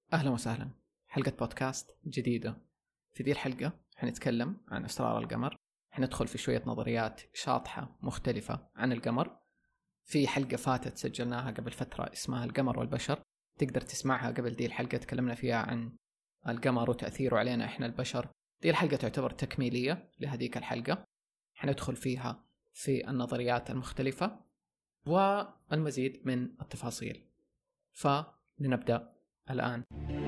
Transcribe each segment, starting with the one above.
أهلا وسهلا. حلقة بودكاست جديدة. في دي الحلقة حنتكلم عن أسرار القمر، حندخل في شوية نظريات شاطحة مختلفة عن القمر. في حلقة فاتت سجلناها قبل فترة اسمها القمر والبشر، تقدر تسمعها. قبل دي الحلقة تكلمنا فيها عن القمر وتأثيره علينا إحنا البشر. دي الحلقة تعتبر تكميلية لهذيك الحلقة، حندخل فيها في النظريات المختلفة والمزيد من التفاصيل. فلنبدأ الآن.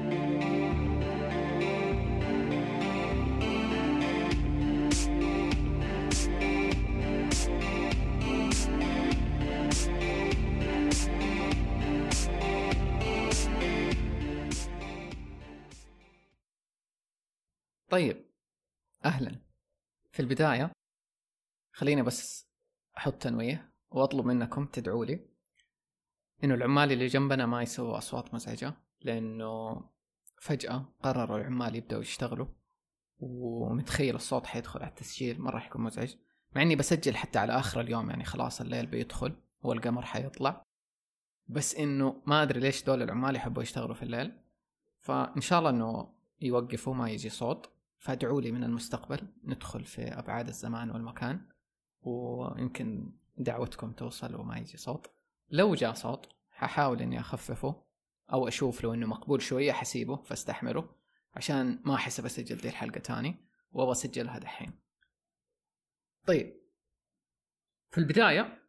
طيب، أهلا. في البداية خليني بس أحط تنويه وأطلب منكم تدعوا لي إنه العمال اللي جنبنا ما يسووا أصوات مزعجة، لأنه فجأة قرروا العمال يبدأوا يشتغلوا ومتخيل الصوت حيدخل على التسجيل، مرة حيكون مزعج. مع إني بسجل حتى على آخر اليوم، يعني خلاص الليل بيدخل والقمر حيطلع، بس إنه ما أدري ليش دول العمال يحبوا يشتغلوا في الليل. فإن شاء الله إنه يوقفوا ما يجي صوت. فادعوا لي من المستقبل ندخل في أبعاد الزمان والمكان، ويمكن دعوتكم توصل وما يجي صوت. لو جاء صوت ححاول إني أخففه أو أشوف لو إنه مقبول شوية حسيبه فاستحمله، عشان ما أحس بسجل دي الحلقة تاني وأبغى أسجلها دحين. طيب، في البداية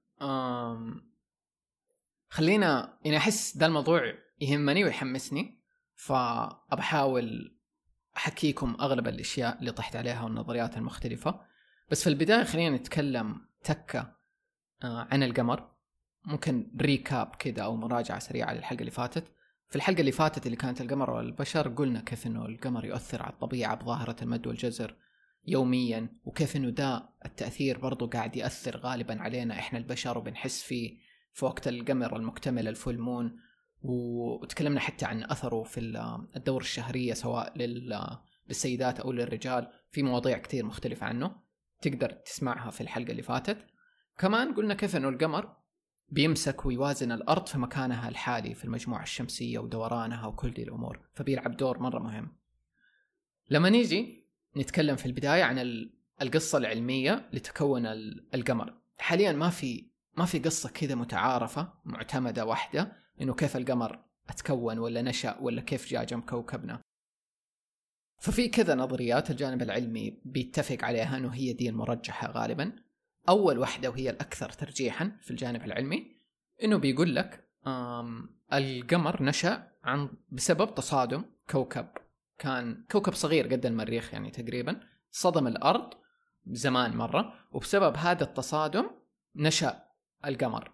خلينا يعني أحس ده الموضوع يهمني ويحمسني، فأبحاول أحكيكم أغلب الأشياء اللي طحت عليها والنظريات المختلفة. بس في البداية خلينا نتكلم تكة عن القمر. ممكن ريكاب كده أو مراجعة سريعة للحلقة اللي فاتت. في الحلقة اللي فاتت اللي كانت القمر والبشر قلنا كيف إنه القمر يؤثر على الطبيعة بظاهرة المد والجزر يوميا، وكيف إنه ده التأثير برضو قاعد يأثر غالبا علينا إحنا البشر وبنحس فيه في وقت القمر المكتمل الفول مون. وتكلمنا حتى عن أثره في الدورة الشهرية سواء للسيدات أو للرجال، في مواضيع كتير مختلفة عنه تقدر تسمعها في الحلقة اللي فاتت. كمان قلنا كيف أنه القمر بيمسك ويوازن الأرض في مكانها الحالي في المجموعة الشمسية ودورانها وكل دي الأمور، فبيلعب دور مرة مهم. لما نيجي نتكلم في البداية عن القصة العلمية لتكون القمر، حاليا ما في قصة كذا متعارفة معتمدة واحدة إنه كيف القمر اتكون ولا نشأ ولا كيف جاء جنب كوكبنا. ففي كذا نظريات الجانب العلمي بيتفق عليها إنه هي دي المرجحة غالبا. أول واحدة وهي الأكثر ترجيحا في الجانب العلمي إنه بيقول لك القمر نشأ بسبب تصادم كوكب، كان كوكب صغير قد المريخ يعني تقريبا، صدم الأرض زمان مرة، وبسبب هذا التصادم نشأ القمر.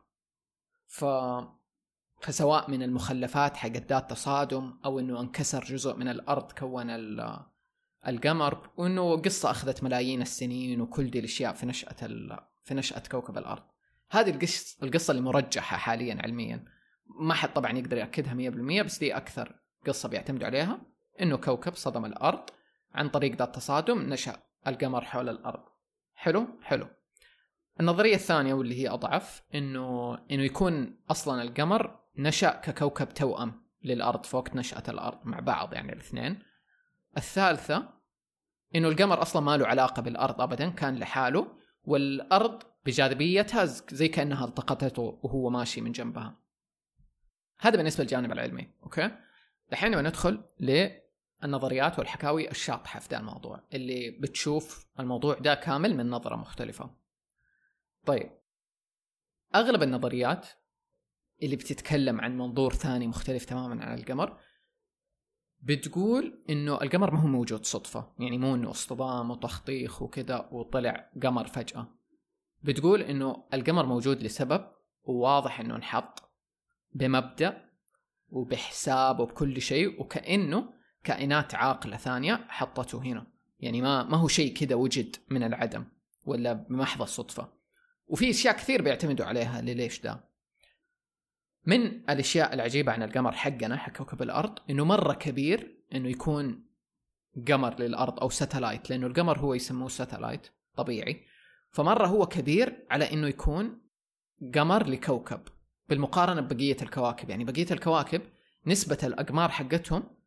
فسواء من المخلفات حق ذات تصادم أو إنه انكسر جزء من الأرض كون القمر، وإنه قصة أخذت ملايين السنين، وكل دي الأشياء في نشأة كوكب الأرض. هذه القصة اللي مرجحة حاليا علميا، ما حد طبعا يقدر يأكدها 100%، بس دي أكثر قصة بيعتمدوا عليها، إنه كوكب صدم الأرض عن طريق ذات تصادم نشأ القمر حول الأرض. حلو. النظرية الثانية واللي هي أضعف إنه يكون أصلا القمر نشأ ككوكب توأم للأرض في وقت نشأة الأرض مع بعض، يعني الاثنين. الثالثة إنه القمر أصلا ما له علاقة بالأرض أبدا، كان لحاله، والأرض بجاذبيتها زي كأنها التقطته وهو ماشي من جنبها. هذا بالنسبة للجانب العلمي. أوكي، الحين ندخل للنظريات والحكاوي الشاطحة في ده الموضوع اللي بتشوف الموضوع ده كامل من نظرة مختلفة. طيب، أغلب النظريات اللي بتتكلم عن منظور ثاني مختلف تماما عن القمر بتقول إنه القمر ما هو موجود صدفة، يعني مو إنه اصطدام وتخطيخ وكذا وطلع قمر فجأة. بتقول إنه القمر موجود لسبب، وواضح إنه انحط بمبدأ وبحساب وبكل شيء، وكأنه كائنات عاقلة ثانية حطته هنا، يعني ما هو شيء كذا وجد من العدم ولا بمحض الصدفة. وفي أشياء كثير بيعتمدوا عليها ليش ده. من الأشياء العجيبة عن القمر حقنا حق كوكب الأرض إنه مرة كبير إنه يكون قمر للأرض أو ساتلايت، لأنه القمر هو يسموه ساتلايت طبيعي، فمرة هو كبير على إنه يكون قمر لكوكب بالمقارنة ببقية الكواكب. يعني بقية الكواكب نسبة الأقمار حقتهم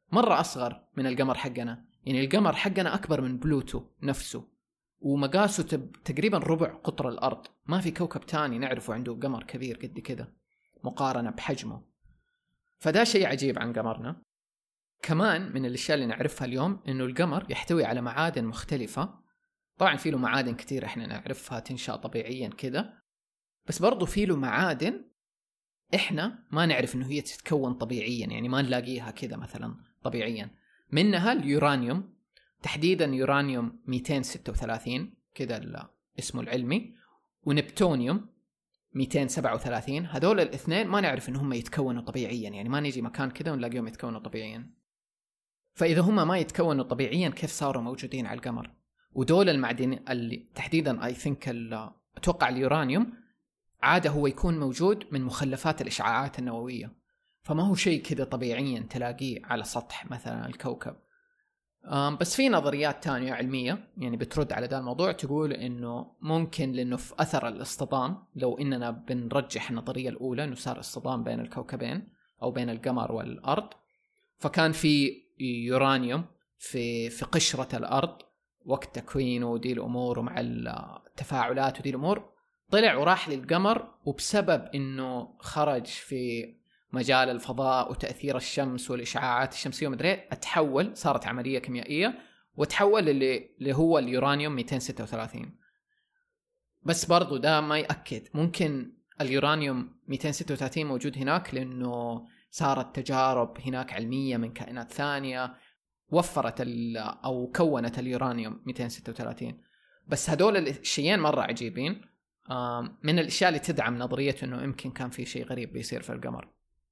مرة أصغر من القمر حقنا. يعني القمر حقنا أكبر من بلوتو نفسه، ومقاسه تقريبا ربع قطر الأرض. ما في كوكب تاني نعرفه عنده قمر كبير قد كده مقارنة بحجمه. فده شيء عجيب عن قمرنا. كمان من الأشياء اللي نعرفها اليوم إنه القمر يحتوي على معادن مختلفة. طبعا فيه له معادن كتير إحنا نعرفها تنشأ طبيعيا كده، بس برضو فيه له معادن إحنا ما نعرف إنه هي تتكون طبيعيا، يعني ما نلاقيها كده مثلا طبيعيا. منها اليورانيوم، تحديدا يورانيوم 236 كده اسمه العلمي، ونبتونيوم 237. هذول الاثنين ما نعرف إنهم يتكونوا طبيعيا، يعني ما نيجي مكان كده ونلاقيهم يتكونوا طبيعيا. فإذا هم ما يتكونوا طبيعيا كيف صاروا موجودين على القمر؟ ودول المعادن اللي تحديدا أتوقع اليورانيوم عادة هو يكون موجود من مخلفات الإشعاعات النووية، فما هو شيء كده طبيعيا تلاقيه على سطح مثلا الكوكب. بس في نظريات تانية علمية يعني بترد على ده الموضوع، تقول إنه ممكن لأنه في أثر الاصطدام، لو إننا بنرجح النظرية الأولى إنه صار اصطدام بين الكوكبين أو بين القمر والأرض، فكان في يورانيوم في قشرة الأرض وقت تكوينه ودي الأمور، ومع التفاعلات ودي الأمور طلع وراح للقمر، وبسبب إنه خرج في مجال الفضاء وتأثير الشمس والإشعاعات الشمسية ومدري اتحول، صارت عملية كيميائية وتحول اللي هو اليورانيوم 236. بس برضو ده ما يأكد، ممكن اليورانيوم 236 موجود هناك لأنه صارت تجارب هناك علمية من كائنات ثانية وفرت أو كونت اليورانيوم 236. بس هدول الشيئين مرة عجيبين، من الأشياء اللي تدعم نظرية أنه يمكن كان في شيء غريب بيصير في القمر.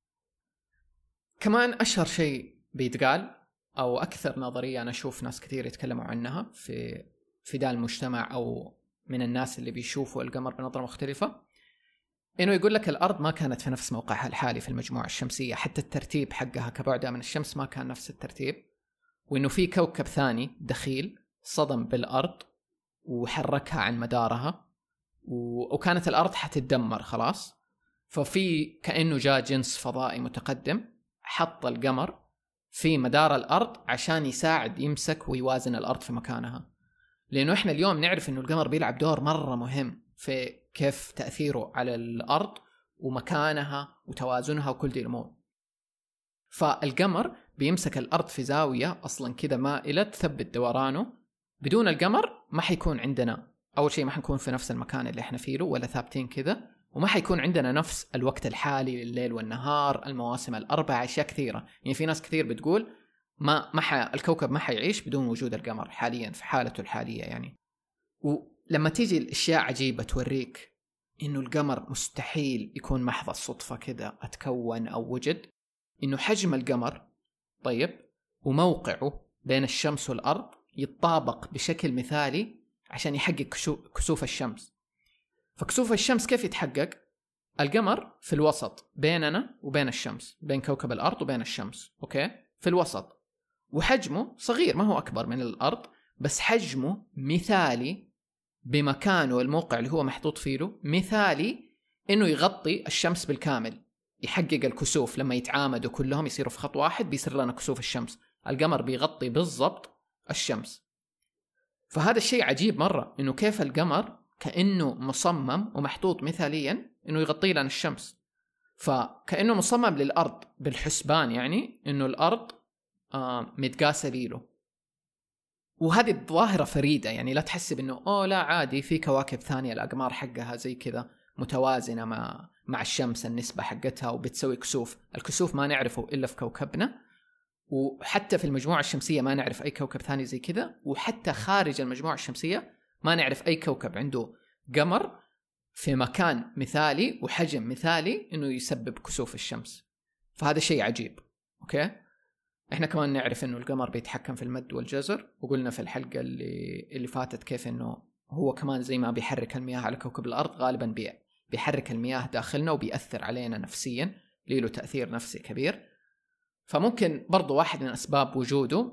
كمان أشهر شيء بيتقال أو أكثر نظرية أنا أشوف ناس كثير يتكلموا عنها في دا المجتمع أو من الناس اللي بيشوفوا القمر بنظرة مختلفة، إنه يقول لك الأرض ما كانت في نفس موقعها الحالي في المجموعة الشمسية، حتى الترتيب حقها كبعدها من الشمس ما كان نفس الترتيب، وإنه في كوكب ثاني دخيل صدم بالأرض وحركها عن مدارها، وكانت الأرض حتتدمر خلاص. ففي كأنه جاء جنس فضائي متقدم حط القمر في مدار الأرض عشان يساعد يمسك ويوازن الأرض في مكانها. لأنه إحنا اليوم نعرف إنه القمر بيلعب دور مرة مهم في كيف تأثيره على الأرض ومكانها وتوازنها وكل دي الأمور. فالقمر بيمسك الأرض في زاوية أصلا كده مائلة تثبت دورانه. بدون القمر ما حيكون عندنا، أول شيء ما حنكون في نفس المكان اللي إحنا فيه ولا ثابتين كده، وما حيكون عندنا نفس الوقت الحالي لليل والنهار، المواسم الأربع، أشياء كثيرة. يعني في ناس كثير بتقول الكوكب ما حيعيش بدون وجود القمر حاليا في حالته الحالية يعني. ولما تيجي الأشياء عجيبة توريك إنه القمر مستحيل يكون محض الصدفة كده اتكون أو وجد، إنه حجم القمر طيب وموقعه بين الشمس والأرض يتطابق بشكل مثالي عشان يحقق كسوف الشمس. فكسوف الشمس كيف يتحقق؟ القمر في الوسط بيننا وبين الشمس، بين كوكب الأرض وبين الشمس، أوكي؟ في الوسط، وحجمه صغير ما هو أكبر من الأرض، بس حجمه مثالي بمكانه الموقع اللي هو محطوط فيه له، مثالي إنه يغطي الشمس بالكامل، يحقق الكسوف. لما يتعامدوا كلهم يصيروا في خط واحد بيصير لنا كسوف الشمس، القمر بيغطي بالضبط الشمس. فهذا الشيء عجيب مرة، إنه كيف القمر كأنه مصمم ومحطوط مثاليا إنه يغطي لنا الشمس، فكأنه مصمم للأرض بالحسبان، يعني إنه الأرض متقاسة له. وهذه الظاهرة فريدة، يعني لا تحسب إنه لا عادي في كواكب ثانية الأقمار حقها زي كذا متوازنة مع الشمس النسبة حقتها وبتسوي كسوف. الكسوف ما نعرفه إلا في كوكبنا، وحتى في المجموعة الشمسية ما نعرف أي كوكب ثاني زي كذا، وحتى خارج المجموعة الشمسية ما نعرف أي كوكب عنده قمر في مكان مثالي وحجم مثالي إنه يسبب كسوف الشمس. فهذا شيء عجيب. أوكي، إحنا كمان نعرف إنه القمر بيتحكم في المد والجزر، وقلنا في الحلقة اللي فاتت كيف إنه هو كمان زي ما بيحرك المياه على كوكب الأرض غالبا بيحرك المياه داخلنا وبيأثر علينا نفسيا، له تأثير نفسي كبير. فممكن برضو واحد من أسباب وجوده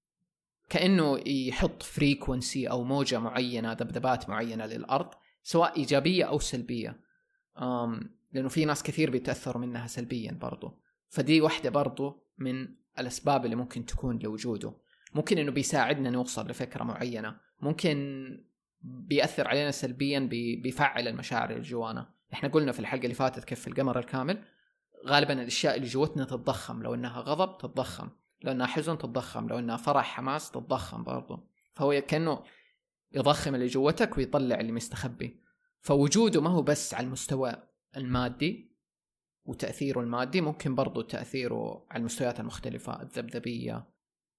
كأنه يحط فريكونسي أو موجة معينة، ذبذبات معينة للأرض، سواء إيجابية أو سلبية، لأنه في ناس كثير بيتأثروا منها سلبيا برضو. فدي واحدة برضو من الأسباب اللي ممكن تكون لوجوده. ممكن إنه بيساعدنا نوصل لفكرة معينة، ممكن بيأثر علينا سلبيا، بيفعل المشاعر اللي جوانا. إحنا قلنا في الحلقة اللي فاتت كيف في القمر الكامل غالبا الأشياء اللي جوتنا تتضخم، لو إنها غضب تتضخم، لو إنها حزن تتضخم، لو إنها فرح حماس تتضخم برضو. فهو كأنه يضخم اللي جوتك ويطلع اللي مستخبي. فوجوده ما هو بس على المستوى المادي وتأثيره المادي، ممكن برضو تأثيره على المستويات المختلفة الذبذبية.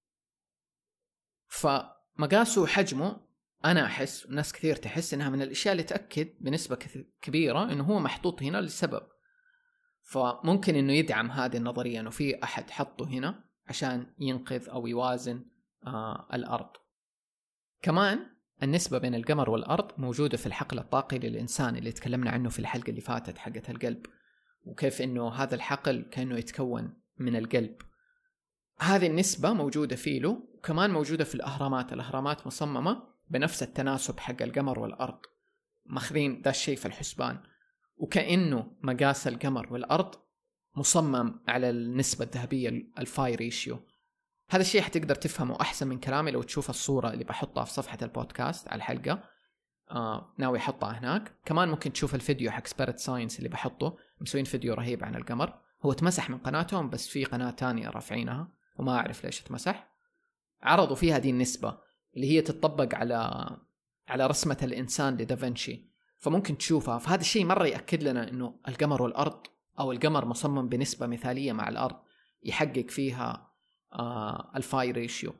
فمقاسه وحجمه أنا أحس وناس كثير تحس إنها من الأشياء اللي تأكد بنسبة كبيرة إنه هو محطوط هنا لسبب. فممكن إنه يدعم هذه النظرية إنه في أحد حطه هنا عشان ينقذ أو يوازن الأرض. كمان النسبة بين القمر والأرض موجودة في الحقل الطاقي للإنسان اللي تكلمنا عنه في الحلقة اللي فاتت حقة القلب، وكيف إنه هذا الحقل كأنه يتكون من القلب. هذه النسبة موجودة فيه له، وكمان موجودة في الأهرامات. الأهرامات مصممة بنفس التناسب حق القمر والأرض، ماخذين ذا الشيء في الحسبان، وكأنه مقاس القمر والأرض مصمم على النسبة الذهبية الفاي ريشيو. هذا الشيء حتقدر تفهمه أحسن من كلامي لو تشوف الصورة اللي بحطها في صفحة البودكاست على الحلقة. ناوي أحطها هناك. كمان ممكن تشوف الفيديو حق سبيريت ساينس اللي بحطه، مسوين فيديو رهيب عن القمر. هو اتمسح من قناتهم بس في قناة تانية رافعينها وما أعرف ليش اتمسح. عرضوا فيها دي النسبة اللي هي تطبق على رسمة الإنسان لدافنشي، فممكن تشوفها. فهذا الشيء مرة يأكد لنا إنه القمر والأرض، أو القمر مصمم بنسبة مثالية مع الأرض يحقق فيها الفاي ريشيو.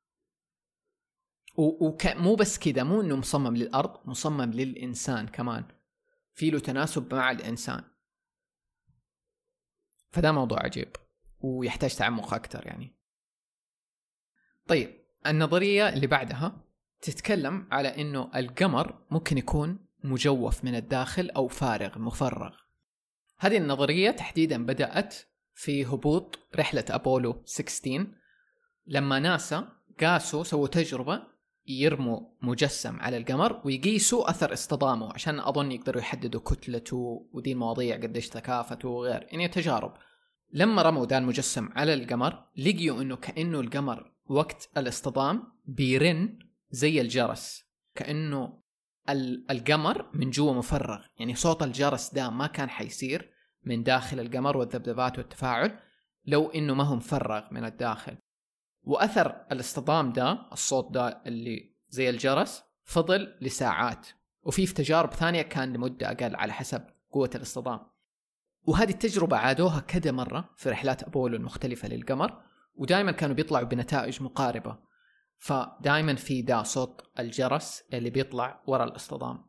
ومو بس كده، مو إنه مصمم للأرض، مصمم للإنسان كمان، في له تناسب مع الإنسان. فده موضوع عجيب ويحتاج تعمق أكتر يعني. طيب النظرية اللي بعدها تتكلم على إنه القمر ممكن يكون مجوف من الداخل أو فارغ مفرغ. هذه النظرية تحديدا بدأت في هبوط رحلة أبولو 16 لما ناسا قاسوا، سووا تجربة يرموا مجسم على القمر ويقيسوا أثر اصطدامه عشان أظن يقدروا يحددوا كتلته ودي المواضيع قديش ثقافته وغير، يعني تجارب. لما رموا ذا المجسم على القمر لقيوا إنه كأنه القمر وقت الاصطدام بيرن زي الجرس، كأنه القمر من جوا مفرغ. يعني صوت الجرس ده ما كان حيصير من داخل القمر والذبذبات والتفاعل لو إنه ما هو مفرغ من الداخل. وأثر الاصطدام ده، الصوت ده اللي زي الجرس، فضل لساعات، وفي تجارب ثانية كان لمدة أقل على حسب قوة الاصطدام. وهذه التجربة عادوها كذا مرة في رحلات أبولو المختلفة للقمر، ودائما كانوا بيطلعوا بنتائج مقاربة. فدائما في دا صوت الجرس اللي بيطلع وراء الاصطدام.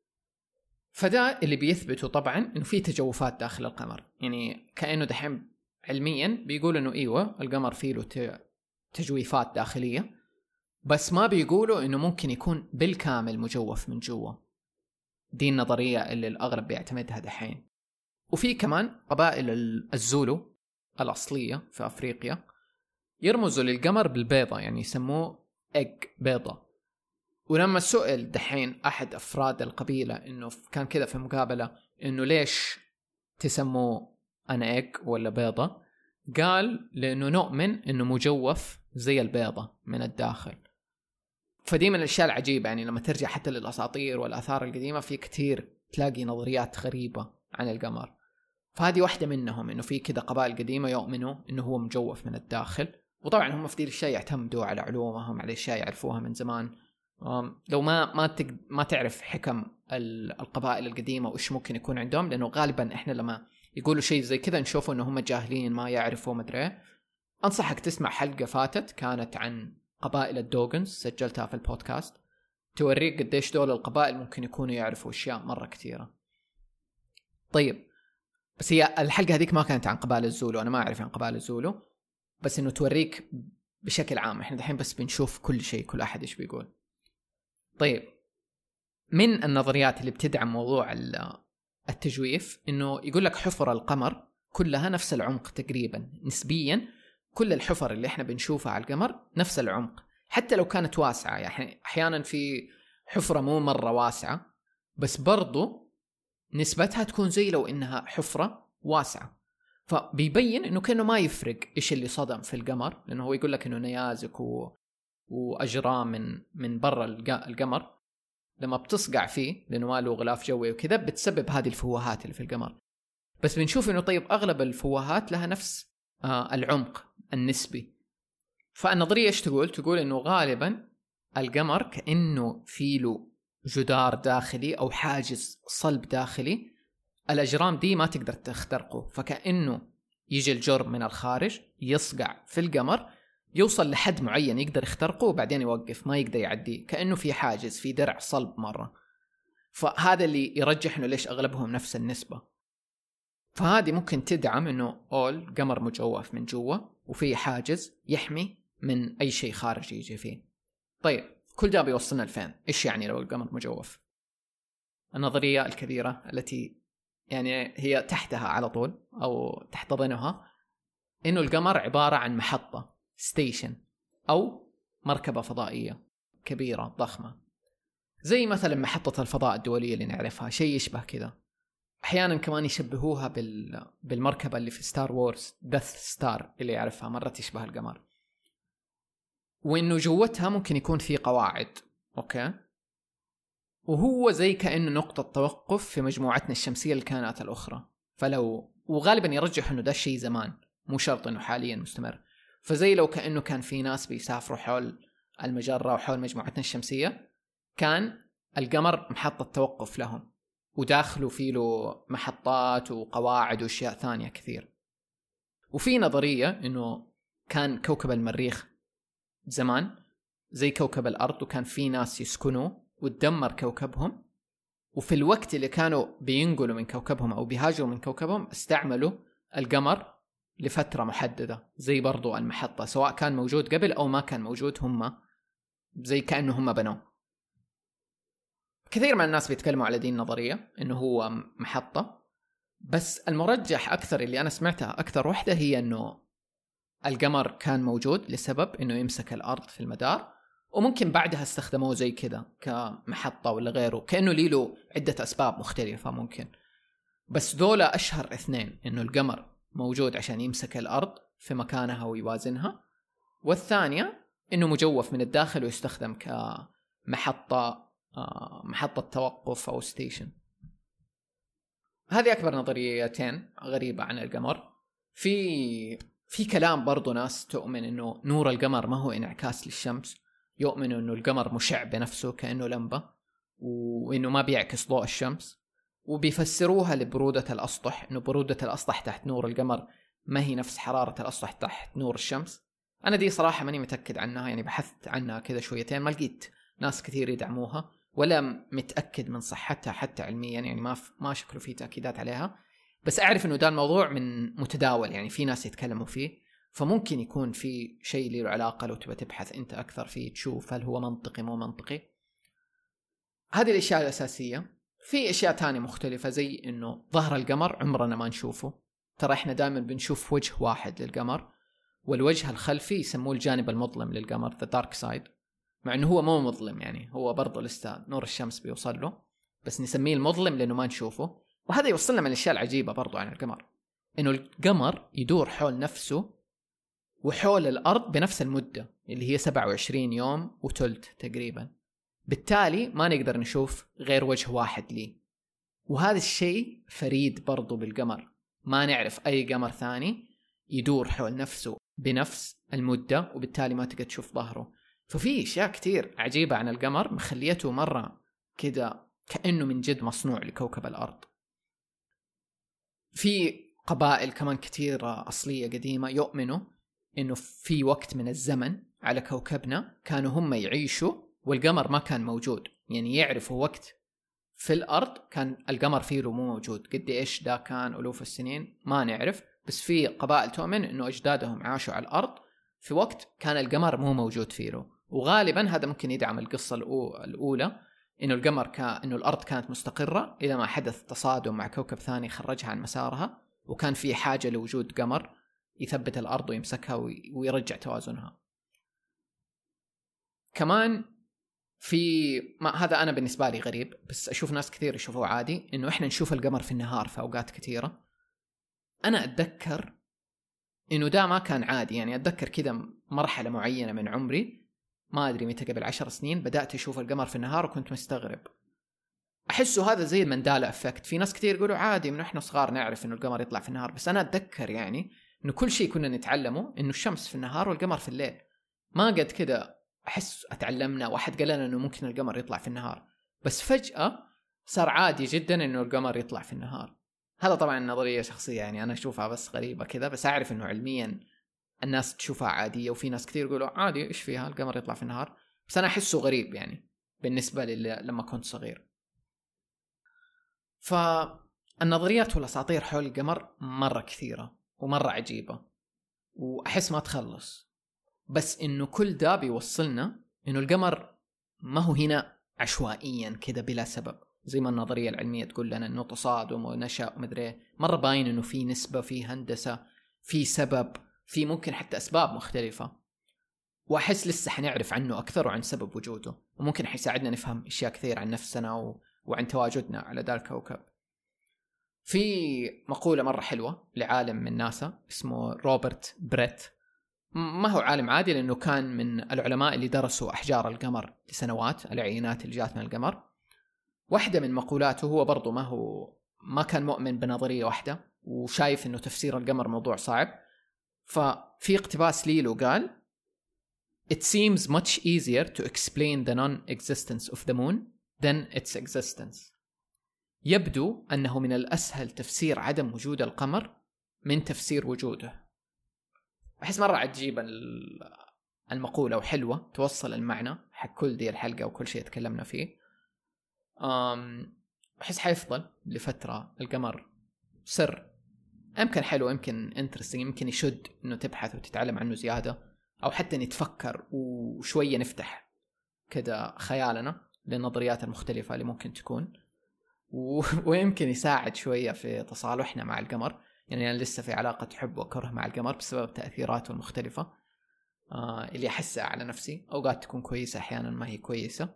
فدا اللي بيثبته طبعا إنه في تجوفات داخل القمر. يعني كأنه دحين علميا بيقول إنه إيوه القمر فيه له تجويفات داخلية، بس ما بيقولوا إنه ممكن يكون بالكامل مجوف من جوا. دي النظرية اللي الأغلب بيعتمدها دحين. وفي كمان قبائل الزولو الأصلية في أفريقيا يرمزوا للقمر بالبيضة، يعني يسموه إج بيضة. ولما سئل دحين أحد أفراد القبيلة إنه كان كذا في مقابلة إنه ليش تسموه أنا إج ولا بيضة، قال لأنه نؤمن إنه مجوف زي البيضة من الداخل. فدي من الأشياء العجيبة، يعني لما ترجع حتى للأساطير والآثار القديمة في كتير تلاقي نظريات غريبة عن القمر. فهذه واحدة منهم، إنه في كده قبائل قديمة يؤمنوا إنه هو مجوف من الداخل. وطبعا هم في دي الشيء يعتمدوا على علومهم، على أشياء يعرفوها من زمان. لو ما تعرف حكم القبائل القديمة وإيش ممكن يكون عندهم، لأنه غالبا إحنا لما يقولوا شيء زي كذا نشوفوا إنه هم جاهلين ما يعرفوا مدري. أنصحك تسمع حلقة فاتت كانت عن قبائل الدوغنز، سجلتها في البودكاست، توريك قديش دول القبائل ممكن يكونوا يعرفوا أشياء مرة كثيرة. طيب بس هي الحلقة هذيك ما كانت عن قبائل الزولو، أنا ما أعرف عن قبائل الزولو، بس إنه توريك بشكل عام. إحنا دحين بس بنشوف كل شيء، كل أحد إيش بيقول. طيب من النظريات اللي بتدعم موضوع التجويف إنه يقول لك حفر القمر كلها نفس العمق تقريبا نسبيا. كل الحفر اللي إحنا بنشوفها على القمر نفس العمق، حتى لو كانت واسعة. يعني أحيانا في حفرة مو مرة واسعة بس برضو نسبتها تكون زي لو إنها حفرة واسعة. فبيبين انه كأنه ما يفرق ايش اللي صدم في القمر، لانه هو يقول لك انه نيازك واجرام من برا القمر لما بتصقع فيه لانه ما له غلاف جوي وكذا بتسبب هذه الفوهات اللي في القمر. بس بنشوف انه طيب اغلب الفوهات لها نفس العمق النسبي. فالنظريه ايش تقول انه غالبا القمر كانه في له جدار داخلي او حاجز صلب داخلي، الاجرام دي ما تقدر تخترقه، فكانه يجي الجرم من الخارج يصقع في القمر، يوصل لحد معين يقدر يخترقه وبعدين يوقف، ما يقدر يعديه، كانه في حاجز في درع صلب مره. فهذا اللي يرجح انه ليش اغلبهم نفس النسبه. فهذه ممكن تدعم انه قمر مجوف من جوا وفي حاجز يحمي من اي شيء خارجي يجي فيه. طيب كل ده بيوصلنا لفين؟ ايش يعني لو القمر مجوف؟ النظريه الكبيره التي يعني هي تحتها على طول او تحتضنها انه القمر عباره عن محطه ستيشن او مركبه فضائيه كبيره ضخمه، زي مثلا محطه الفضاء الدوليه اللي نعرفها، شيء يشبه كذا. احيانا كمان يشبهوها بالمركبه اللي في ستار وورز ديث ستار اللي يعرفها، مره تشبه القمر، وانه جوتها ممكن يكون في قواعد. اوكي، وهو زي كأنه نقطة توقف في مجموعتنا الشمسية الكائنات الأخرى. وغالبا يرجح أنه ده الشيء زمان، مو شرط أنه حاليا مستمر. فزي لو كأنه كان في ناس بيسافروا حول المجرة وحول مجموعتنا الشمسية، كان القمر محطة توقف لهم، وداخلوا فيه له محطات وقواعد وأشياء ثانية كثير. وفي نظرية أنه كان كوكب المريخ زمان زي كوكب الأرض، وكان في ناس يسكنوا وتدمر كوكبهم، وفي الوقت اللي كانوا بينقلوا من كوكبهم أو بيهاجروا من كوكبهم استعملوا القمر لفترة محددة، زي برضو المحطة، سواء كان موجود قبل أو ما كان موجود، هم زي كأنه هم بنوه. كثير من الناس بيتكلموا على دي النظرية إنه هو محطة، بس المرجح أكثر اللي أنا سمعتها أكثر وحدة هي إنه القمر كان موجود لسبب إنه يمسك الأرض في المدار، وممكن بعدها استخدموه زي كده كمحطة ولا غيره، كأنه له عدة أسباب مختلفة ممكن. بس دولة أشهر اثنين، إنه القمر موجود عشان يمسك الأرض في مكانها ويوازنها، والثانية إنه مجوف من الداخل ويستخدم كمحطة محطة توقف أو ستيشن. هذه أكبر نظريتين غريبة عن القمر. في كلام برضو ناس تؤمن إنه نور القمر ما هو انعكاس للشمس، يؤمنوا إنه القمر مشع بنفسه كأنه لمبة، وإنه ما بيعكس ضوء الشمس، وبيفسروها لبرودة الأسطح، إنه برودة الأسطح تحت نور القمر ما هي نفس حرارة الأسطح تحت نور الشمس. أنا دي صراحة ماني متأكد عنها، يعني بحثت عنها كذا شويتين ما لقيت ناس كثير يدعموها، ولا متأكد من صحتها حتى علميا، يعني ما شكله فيه تأكيدات عليها. بس أعرف إنه ده الموضوع من متداول، يعني في ناس يتكلموا فيه، فممكن يكون في شيء له علاقة. لو تبى تبحث أنت أكثر فيه تشوف هل هو منطقي مو منطقي. هذه الأشياء الأساسية. في أشياء تانية مختلفة زي إنه ظهر القمر عمرنا ما نشوفه، ترى إحنا دائما بنشوف وجه واحد للقمر، والوجه الخلفي يسموه الجانب المظلم للقمر the dark side، مع إنه هو مو مظلم، يعني هو برضه لسه نور الشمس بيوصل له، بس نسميه المظلم لأنه ما نشوفه. وهذا يوصلنا من الأشياء العجيبة برضه عن القمر، إنه القمر يدور حول نفسه وحول الأرض بنفس المدة اللي هي 27 يوم وثلث تقريبا، بالتالي ما نقدر نشوف غير وجه واحد ليه. وهذا الشيء فريد برضو بالقمر، ما نعرف أي قمر ثاني يدور حول نفسه بنفس المدة، وبالتالي ما تقدر تشوف ظهره. ففي أشياء كتير عجيبة عن القمر مخليته مرة كده كأنه من جد مصنوع لكوكب الأرض. في قبائل كمان كتير أصلية قديمة يؤمنوا إنه في وقت من الزمن على كوكبنا كانوا هم يعيشوا والقمر ما كان موجود، يعني يعرفوا وقت في الأرض كان القمر فيه مو موجود، قد إيش ده كان ألوف السنين ما نعرف، بس في قبائل تؤمن إنه أجدادهم عاشوا على الأرض في وقت كان القمر مو موجود فيه. وغالبا هذا ممكن يدعم القصة الأولى، إنه إنه الأرض كانت مستقرة إذا ما حدث تصادم مع كوكب ثاني خرجها عن مسارها، وكان في حاجة لوجود قمر يثبت الأرض ويمسكها ويرجع توازنها. كمان هذا أنا بالنسبة لي غريب، بس أشوف ناس كثير يشوفوه عادي، إنه إحنا نشوف القمر في النهار في أوقات كثيرة. أنا أتذكر إنه ده ما كان عادي. يعني أتذكر كذا مرحلة معينة من عمري، ما أدري متى، قبل 10 سنين بدأت أشوف القمر في النهار وكنت مستغرب. أحسه هذا زي المندالا أفكت. في ناس كتير يقولوا عادي من إحنا صغار نعرف إنه القمر يطلع في النهار، بس أنا أتذكر يعني إنه كل شيء كنا نتعلمه إنه الشمس في النهار والقمر في الليل. ما قد كده أحس أتعلمنا واحد قال لنا إنه ممكن القمر يطلع في النهار، بس فجأة صار عادي جدا إنه القمر يطلع في النهار. هذا طبعا نظرية شخصية، يعني أنا أشوفها بس غريبة كذا، بس أعرف إنه علميا الناس تشوفها عادية، وفي ناس كتير يقولوا عادي إيش فيها القمر يطلع في النهار، بس أنا أحسه غريب يعني بالنسبة لما كنت صغير. فالنظريات والأساطير حول القمر مرة كثيرة ومرة عجيبة، وأحس ما تخلص. بس إنه كل ده بيوصلنا إنه القمر ما هو هنا عشوائيا كده بلا سبب، زي ما النظرية العلمية تقول لنا إنه تصادم ونشأ ومدري. مرة باين إنه في نسبة، في هندسة، في سبب، في ممكن حتى أسباب مختلفة. وأحس لسه حنعرف عنه أكثر وعن سبب وجوده، وممكن حيساعدنا نفهم أشياء كثير عن نفسنا وعن تواجدنا على ذا الكوكب. في مقولة مرة حلوة لعالم من ناسا اسمه روبرت بريت. ما هو عالم عادي، لأنه كان من العلماء اللي درسوا أحجار القمر لسنوات، العينات اللي جات من القمر. واحدة من مقولاته، هو برضو ما كان مؤمن بنظرية واحدة، وشايف إنه تفسير القمر موضوع صعب. ففي اقتباس لي له قال: It seems much easier to explain the non-existence of the moon than its existence. يبدو أنه من الأسهل تفسير عدم وجود القمر من تفسير وجوده. أحس مرة عجيبة المقولة وحلوة، توصل المعنى حق كل دي الحلقة وكل شيء تكلمنا فيه. أحس حيفضل لفترة القمر سر، يمكن حلو، يمكن انترستينج، يمكن يشد إنه تبحث وتتعلم عنه زيادة، أو حتى نتفكر وشوية نفتح كده خيالنا للنظريات المختلفة اللي ممكن تكون ويمكن يساعد شوية في تصالحنا مع القمر. يعني أنا لسه في علاقة حب وكره مع القمر بسبب تأثيراته المختلفة اللي أحسها على نفسي. أوقات تكون كويسة، أحيانا ما هي كويسة.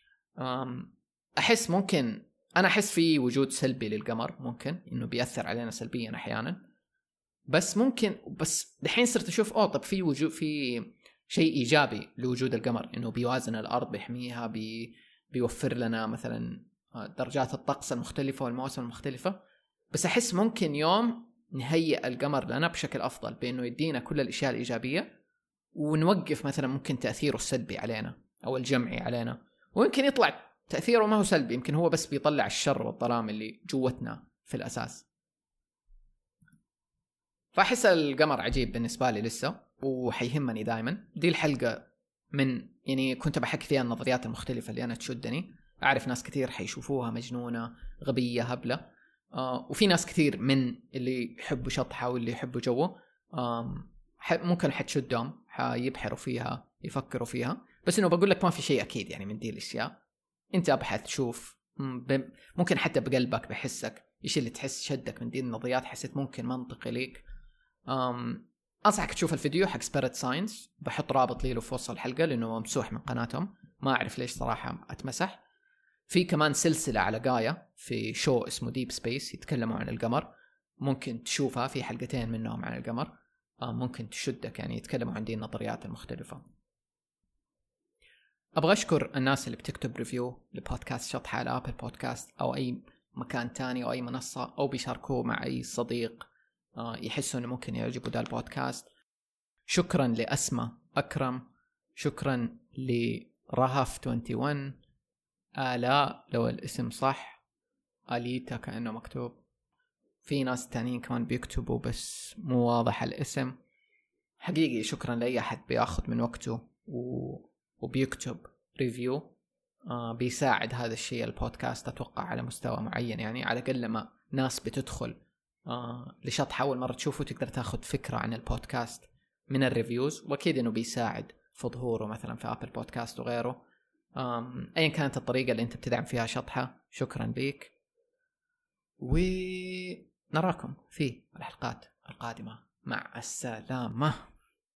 أحس ممكن أنا أحس في وجود سلبي للقمر، ممكن إنه بيأثر علينا سلبيا أحيانا، بس ممكن دحين صرت أشوف طب في شيء إيجابي لوجود القمر، إنه بيوازن الأرض، بيحميها، بيوفر لنا مثلا درجات الطقس المختلفة والمواسم المختلفة. بس أحس ممكن يوم نهيئ القمر لنا بشكل أفضل، بأنه يدينا كل الأشياء الإيجابية، ونوقف مثلا ممكن تأثيره السلبي علينا أو الجمعي علينا. ويمكن يطلع تأثيره ما هو سلبي، يمكن هو بس بيطلع الشر والظلام اللي جوتنا في الأساس. فأحس القمر عجيب بالنسبة لي لسه، وحيهمني دائما. دي الحلقة من يعني كنت بحكي فيها النظريات المختلفة اللي أنا تشدني. أعرف ناس كثير حيشوفوها مجنونة، غبية، هبلة، وفي ناس كثير من اللي يحبوا شطحة واللي يحبوا جوه ممكن حتشدهم، حيبحروا فيها، يفكروا فيها. بس إنه بقول لك ما في شيء أكيد يعني من دي الأشياء. أنت أبحث، شوف، ممكن حتى بقلبك بحسك إيش اللي تحس شدك من دي النظريات، حسيت ممكن منطقي ليك. أنصحك تشوف الفيديو حق سبيريت ساينس، بحط رابط ليه في وصف الحلقة لأنه ممسوح من قناتهم، ما أعرف ليش صراحة أتمسح. في كمان سلسلة على غايا في شو اسمه ديب سبيس، يتكلموا عن القمر، ممكن تشوفها، في حلقتين منهم عن القمر، ممكن تشدك، يعني يتكلموا عن دي النظريات المختلفة. أبغى أشكر الناس اللي بتكتب ريفيو لبودكاست شطحة على أبل بودكاست أو أي مكان تاني أو أي منصة، أو بيشاركوه مع أي صديق يحسوا أنه ممكن يعجبوا ده البودكاست. شكرا لأسماء أكرم، شكرا لرهف 21، آلاء لو الاسم صح، آليتا كأنه مكتوب، في ناس تانيين كمان بيكتبوا بس مو واضح الاسم. حقيقي شكرا لأي أحد بياخد من وقته وبيكتب ريفيو. بيساعد هذا الشيء البودكاست أتوقع على مستوى معين، يعني على الأقل لما ناس بتدخل لشطحة أول مرة تشوفه تقدر تاخد فكرة عن البودكاست من الريفيوز، وأكيد إنه بيساعد في ظهوره مثلا في أبل بودكاست وغيره. أيا كانت الطريقة اللي أنت بتدعم فيها شطحة، شكرا ليك، ونراكم في الحلقات القادمة. مع السلامة.